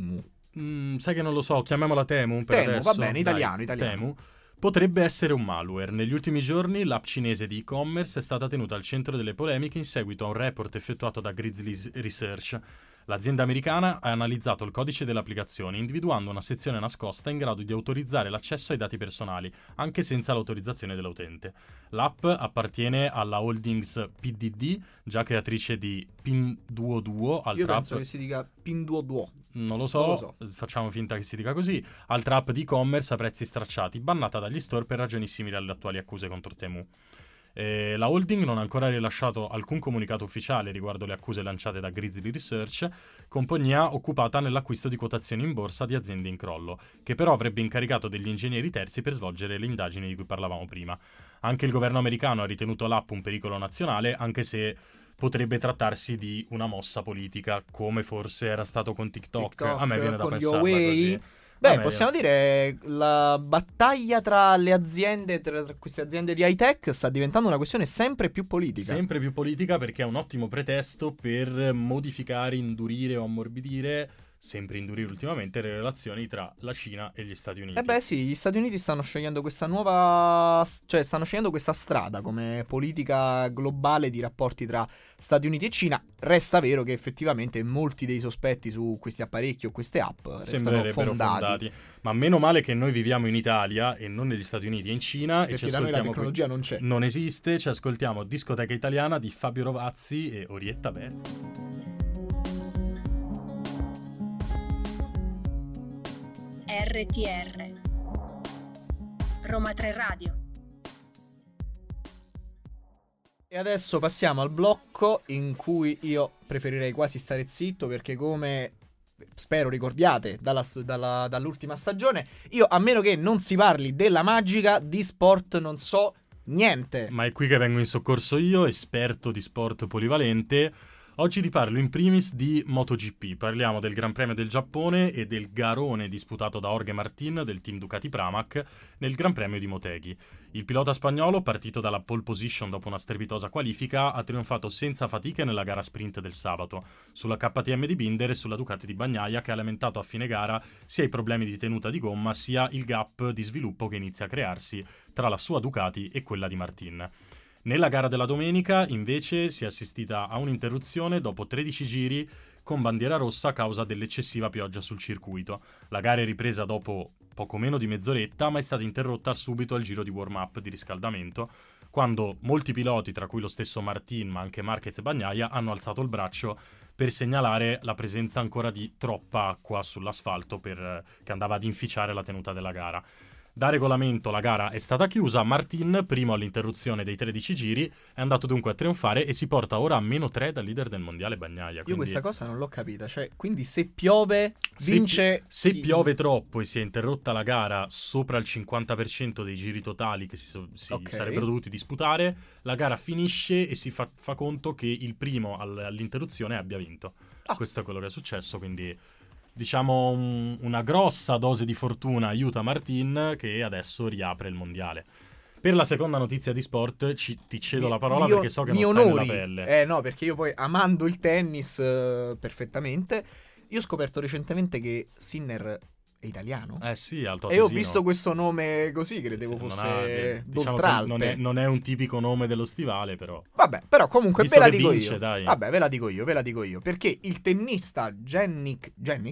[SPEAKER 1] Timu?
[SPEAKER 2] Sai che non lo so, chiamiamola Temu per
[SPEAKER 1] Temu,
[SPEAKER 2] adesso.
[SPEAKER 1] va bene, italiano,
[SPEAKER 2] Dai,
[SPEAKER 1] italiano.
[SPEAKER 2] Temu potrebbe essere un malware. Negli ultimi giorni l'app cinese di e-commerce è stata tenuta al centro delle polemiche in seguito a un report effettuato da Grizzly Research. L'azienda americana ha analizzato il codice dell'applicazione, individuando una sezione nascosta in grado di autorizzare l'accesso ai dati personali, anche senza l'autorizzazione dell'utente. L'app appartiene alla Holdings PDD, già creatrice di Pinduoduo, altra
[SPEAKER 1] Io penso
[SPEAKER 2] app...
[SPEAKER 1] che si dica Pinduoduo.
[SPEAKER 2] Non lo so, facciamo finta che si dica così. Altra app di e-commerce a prezzi stracciati, bannata dagli store per ragioni simili alle attuali accuse contro Temu. La holding non ha ancora rilasciato alcun comunicato ufficiale riguardo le accuse lanciate da Grizzly Research, compagnia occupata nell'acquisto di quotazioni in borsa di aziende in crollo, che però avrebbe incaricato degli ingegneri terzi per svolgere le indagini di cui parlavamo prima. Anche il governo americano ha ritenuto l'app un pericolo nazionale, anche se potrebbe trattarsi di una mossa politica, come forse era stato con TikTok. A me viene da pensarla così.
[SPEAKER 1] Beh, possiamo dire la battaglia tra le aziende, tra queste aziende di high tech sta diventando una questione sempre più politica.
[SPEAKER 2] Sempre più politica, perché è un ottimo pretesto per modificare, indurire o ammorbidire, sempre indurire ultimamente, le relazioni tra la Cina e gli Stati Uniti.
[SPEAKER 1] Beh sì, gli Stati Uniti stanno scegliendo questa nuova, cioè stanno scegliendo questa strada come politica globale di rapporti tra Stati Uniti e Cina. Resta vero che effettivamente molti dei sospetti su questi apparecchi o queste app restano fondati.
[SPEAKER 2] Ma meno male che noi viviamo in Italia e non negli Stati Uniti e in Cina,
[SPEAKER 1] perché
[SPEAKER 2] e ci
[SPEAKER 1] da noi la
[SPEAKER 2] ascoltiamo
[SPEAKER 1] tecnologia non c'è.
[SPEAKER 2] Non esiste, ci ascoltiamo Discoteca Italiana di Fabio Rovazzi e Orietta Berti.
[SPEAKER 3] RTR Roma 3 Radio.
[SPEAKER 1] E adesso passiamo al blocco in cui io preferirei quasi stare zitto, perché come spero ricordiate dall'ultima stagione, io, a meno che non si parli della magica, di sport non so niente.
[SPEAKER 2] Ma è qui che vengo in soccorso io, esperto di sport polivalente. Oggi ti parlo in primis di MotoGP. Parliamo del Gran Premio del Giappone e del garone disputato da Jorge Martín del team Ducati Pramac nel Gran Premio di Motegi. Il pilota spagnolo, partito dalla pole position dopo una strepitosa qualifica, ha trionfato senza fatiche nella gara sprint del sabato, sulla KTM di Binder e sulla Ducati di Bagnaia, che ha lamentato a fine gara sia i problemi di tenuta di gomma sia il gap di sviluppo che inizia a crearsi tra la sua Ducati e quella di Martín. Nella gara della domenica, invece, si è assistita a un'interruzione dopo 13 giri con bandiera rossa a causa dell'eccessiva pioggia sul circuito. La gara è ripresa dopo poco meno di mezz'oretta, ma è stata interrotta subito al giro di warm-up di riscaldamento, quando molti piloti, tra cui lo stesso Martín, ma anche Márquez e Bagnaia, hanno alzato il braccio per segnalare la presenza ancora di troppa acqua sull'asfalto che andava ad inficiare la tenuta della gara. Da regolamento la gara è stata chiusa, Martín, primo all'interruzione dei 13 giri, è andato dunque a trionfare e si porta ora a -3 dal leader del mondiale Bagnaia.
[SPEAKER 1] Io questa cosa non l'ho capita, cioè quindi se piove vince...
[SPEAKER 2] Se piove troppo e si è interrotta la gara sopra il 50% dei giri totali che si sarebbero dovuti disputare, la gara finisce e si fa conto che il primo all'interruzione abbia vinto. Questo è quello che è successo, quindi... Diciamo una grossa dose di fortuna aiuta Martín, che adesso riapre il mondiale. Per la seconda notizia di sport ti cedo la parola, perché so che non stai nella pelle.
[SPEAKER 1] No, perché io poi, amando il tennis perfettamente, io ho scoperto recentemente che Sinner è italiano.
[SPEAKER 2] Sì, alto
[SPEAKER 1] e ho visto questo nome così, credevo fosse d'Oltralpe.
[SPEAKER 2] Non è un tipico nome dello stivale, però.
[SPEAKER 1] Vabbè, però comunque ve la dico io.
[SPEAKER 2] Dai.
[SPEAKER 1] Vabbè, ve la dico io, perché il tennista Yannick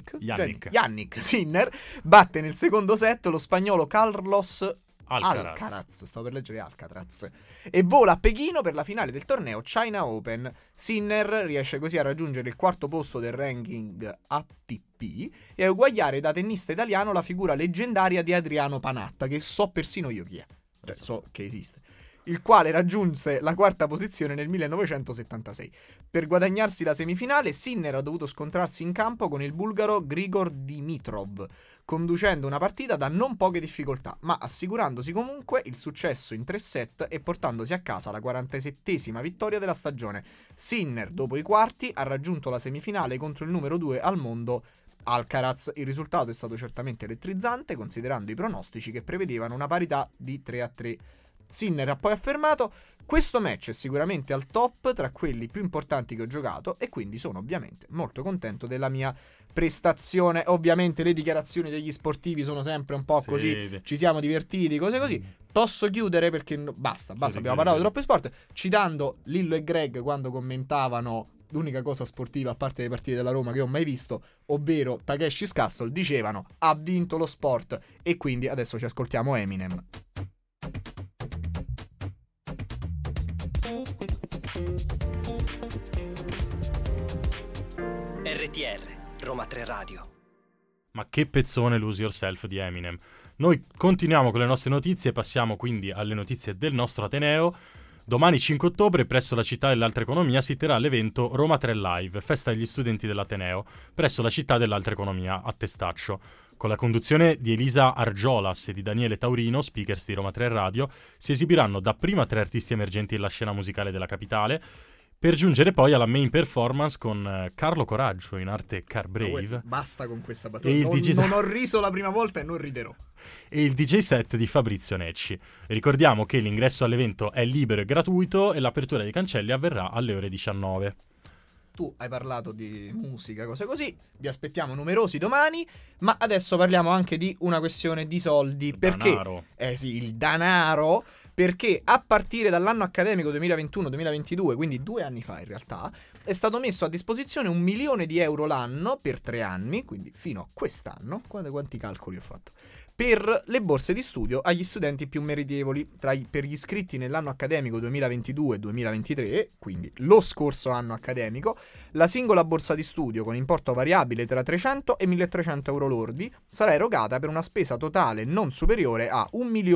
[SPEAKER 1] Sinner batte nel secondo set lo spagnolo Carlos Alcaraz, stavo per leggere Alcatraz, e vola a Pechino per la finale del torneo China Open. Sinner riesce così a raggiungere il quarto posto del ranking ATP e a uguagliare da tennista italiano la figura leggendaria di Adriano Panatta, che so persino io chi è, cioè so che esiste, il quale raggiunse la quarta posizione nel 1976. Per guadagnarsi la semifinale, Sinner ha dovuto scontrarsi in campo con il bulgaro Grigor Dimitrov, conducendo una partita da non poche difficoltà, ma assicurandosi comunque il successo in 3 set e portandosi a casa la 47esima vittoria della stagione. Sinner, dopo i quarti, ha raggiunto la semifinale contro il numero 2 al mondo Alcaraz. Il risultato è stato certamente elettrizzante, considerando i pronostici che prevedevano una parità di 3-3. Sinner ha poi affermato: questo match è sicuramente al top tra quelli più importanti che ho giocato e quindi sono ovviamente molto contento della mia prestazione. Ovviamente le dichiarazioni degli sportivi sono sempre un po' così, ci siamo divertiti, cose così. Posso chiudere perché basta, abbiamo parlato di troppi sport, citando Lillo e Greg quando commentavano l'unica cosa sportiva a parte le partite della Roma che ho mai visto, ovvero Takeshi Castle, dicevano ha vinto lo sport. E quindi adesso ci ascoltiamo Eminem.
[SPEAKER 4] RTR, Roma 3 Radio.
[SPEAKER 2] Ma che pezzone Lose Yourself di Eminem. Noi continuiamo con le nostre notizie e passiamo quindi alle notizie del nostro Ateneo. Domani 5 ottobre presso la città dell'Alta Economia si terrà l'evento Roma 3 Live, festa degli studenti dell'Ateneo, presso la città dell'Alta Economia a Testaccio. Con la conduzione di Elisa Argiolas e di Daniele Taurino, speakers di Roma 3 Radio, si esibiranno dapprima 3 artisti emergenti della scena musicale della capitale, per giungere poi alla main performance con Carlo Coraggio, in arte Car Brave.
[SPEAKER 1] Basta con questa battuta. Non ho riso la prima volta e non riderò.
[SPEAKER 2] E il DJ set di Fabrizio Necci. Ricordiamo che l'ingresso all'evento è libero e gratuito e l'apertura dei cancelli avverrà alle ore 19.
[SPEAKER 1] Tu hai parlato di musica, cose così, vi aspettiamo numerosi domani, ma adesso parliamo anche di una questione di soldi. Perché?
[SPEAKER 2] Danaro.
[SPEAKER 1] Sì, il danaro. Perché a partire dall'anno accademico 2021-2022, quindi 2 anni fa in realtà, è stato messo a disposizione 1 milione di euro l'anno per 3 anni, quindi fino a quest'anno. Guarda quanti calcoli ho fatto. Per le borse di studio agli studenti più meritevoli, per gli iscritti nell'anno accademico 2022-2023, quindi lo scorso anno accademico, la singola borsa di studio con importo variabile tra 300 e 1300 euro lordi sarà erogata per una spesa totale non superiore a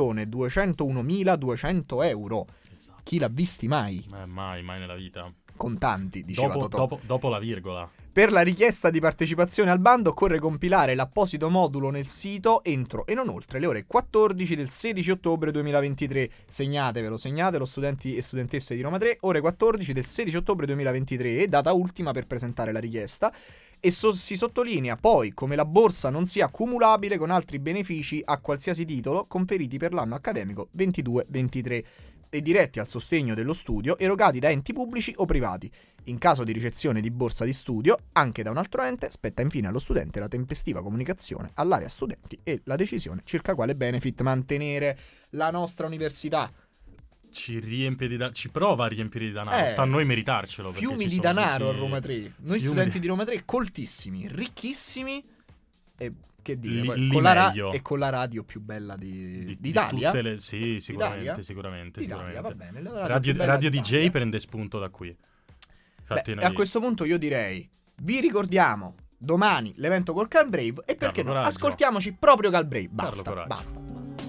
[SPEAKER 1] 1.201.200 euro.
[SPEAKER 2] Esatto.
[SPEAKER 1] Chi l'ha visti mai?
[SPEAKER 2] Mai nella vita.
[SPEAKER 1] Contanti, diceva Totò.
[SPEAKER 2] Dopo la virgola.
[SPEAKER 1] Per la richiesta di partecipazione al bando occorre compilare l'apposito modulo nel sito entro e non oltre le ore 14 del 16 ottobre 2023. Segnatelo studenti e studentesse di Roma 3, ore 14 del 16 ottobre 2023, data ultima per presentare la richiesta. E si sottolinea poi come la borsa non sia cumulabile con altri benefici a qualsiasi titolo conferiti per l'anno accademico 22-23 e diretti al sostegno dello studio erogati da enti pubblici o privati. In caso di ricezione di borsa di studio, anche da un altro ente, spetta infine allo studente la tempestiva comunicazione all'area studenti e la decisione circa quale benefit mantenere. La nostra università
[SPEAKER 2] ci prova a riempire di danaro, sta a noi meritarcelo.
[SPEAKER 1] Fiumi di danaro a Roma 3. Noi studenti di Roma 3 coltissimi, ricchissimi e che dire, con la radio più bella d'Italia.
[SPEAKER 2] Sì, sicuramente.
[SPEAKER 1] D'Italia, va bene.
[SPEAKER 2] Radio DJ prende spunto da qui.
[SPEAKER 1] A questo punto io direi, vi ricordiamo domani l'evento col Car Brave e perché no? Ascoltiamoci proprio Car Brave. Basta.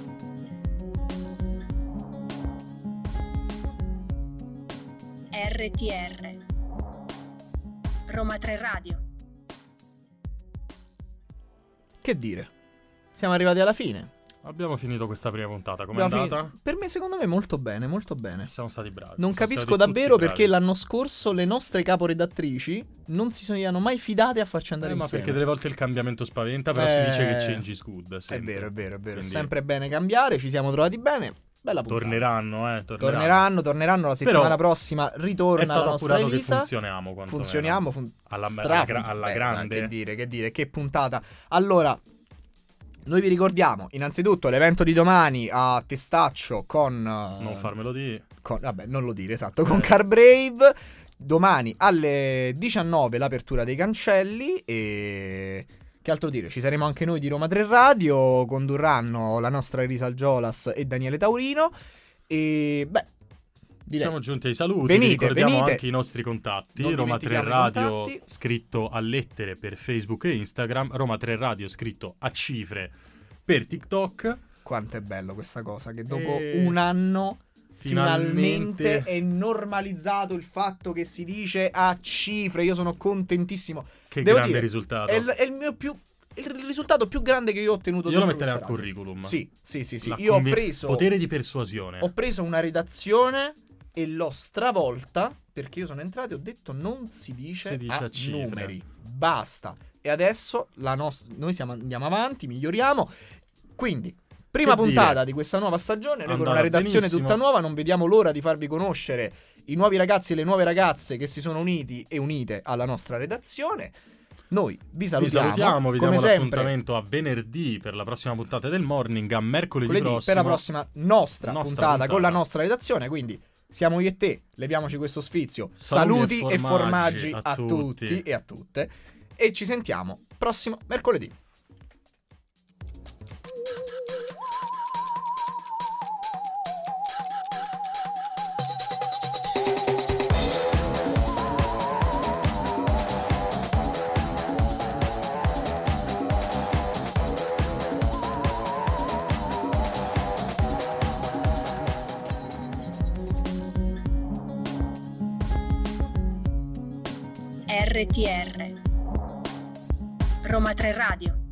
[SPEAKER 3] RTR Roma 3 Radio.
[SPEAKER 1] Che dire? Siamo arrivati alla fine.
[SPEAKER 2] Abbiamo finito questa prima puntata. Com'è andata?
[SPEAKER 1] Per me, secondo me, molto bene, molto bene.
[SPEAKER 2] Siamo stati bravi.
[SPEAKER 1] Non capisco davvero perché l'anno scorso le nostre caporedattrici non si sono mai fidate a farci andare insieme.
[SPEAKER 2] Ma perché delle volte il cambiamento spaventa, però si dice che change is good.
[SPEAKER 1] È vero. Quindi... sempre bene cambiare, ci siamo trovati bene. Bella puntata. Torneranno la settimana prossima. Ritorna la nostra Elisa.
[SPEAKER 2] Che
[SPEAKER 1] funzioniamo
[SPEAKER 2] alla grande.
[SPEAKER 1] Che dire, che puntata. Allora, noi vi ricordiamo innanzitutto l'evento di domani a Testaccio con
[SPEAKER 2] non farmelo dire.
[SPEAKER 1] Non lo dire, esatto, con Car Brave. Domani alle 19 l'apertura dei cancelli e che altro dire? Ci saremo anche noi di Roma 3 Radio, condurranno la nostra Elisa Argiolas e Daniele Taurino e direi.
[SPEAKER 2] Siamo giunti ai saluti, ricordiamo anche i nostri contatti. Roma 3 Radio scritto a lettere per Facebook e Instagram, Roma 3 Radio scritto a cifre per TikTok.
[SPEAKER 1] Quanto è bello questa cosa, che dopo un anno finalmente è normalizzato il fatto che si dice a cifre. Io sono contentissimo.
[SPEAKER 2] Che grande risultato.
[SPEAKER 1] È il risultato più grande che io ho ottenuto.
[SPEAKER 2] Io lo metterei al curriculum.
[SPEAKER 1] Sì. Io ho preso
[SPEAKER 2] potere di persuasione.
[SPEAKER 1] Ho preso una redazione e l'ho stravolta perché io sono entrato e ho detto non si dice a numeri, basta. E adesso noi andiamo avanti, miglioriamo. Quindi prima puntata di questa nuova stagione, noi con una redazione tutta nuova, non vediamo l'ora di farvi conoscere i nuovi ragazzi e le nuove ragazze che si sono uniti e unite alla nostra redazione. Noi vi salutiamo,
[SPEAKER 2] vi
[SPEAKER 1] come
[SPEAKER 2] diamo
[SPEAKER 1] sempre,
[SPEAKER 2] l'appuntamento a venerdì per la prossima puntata del Morning, a mercoledì prossimo
[SPEAKER 1] per la prossima nostra puntata con la nostra redazione, quindi Siamo io e te, leviamoci questo sfizio.
[SPEAKER 2] Salumi
[SPEAKER 1] Saluti e formaggi a tutti e a tutte. E ci sentiamo prossimo mercoledì.
[SPEAKER 3] RTR Roma 3 Radio.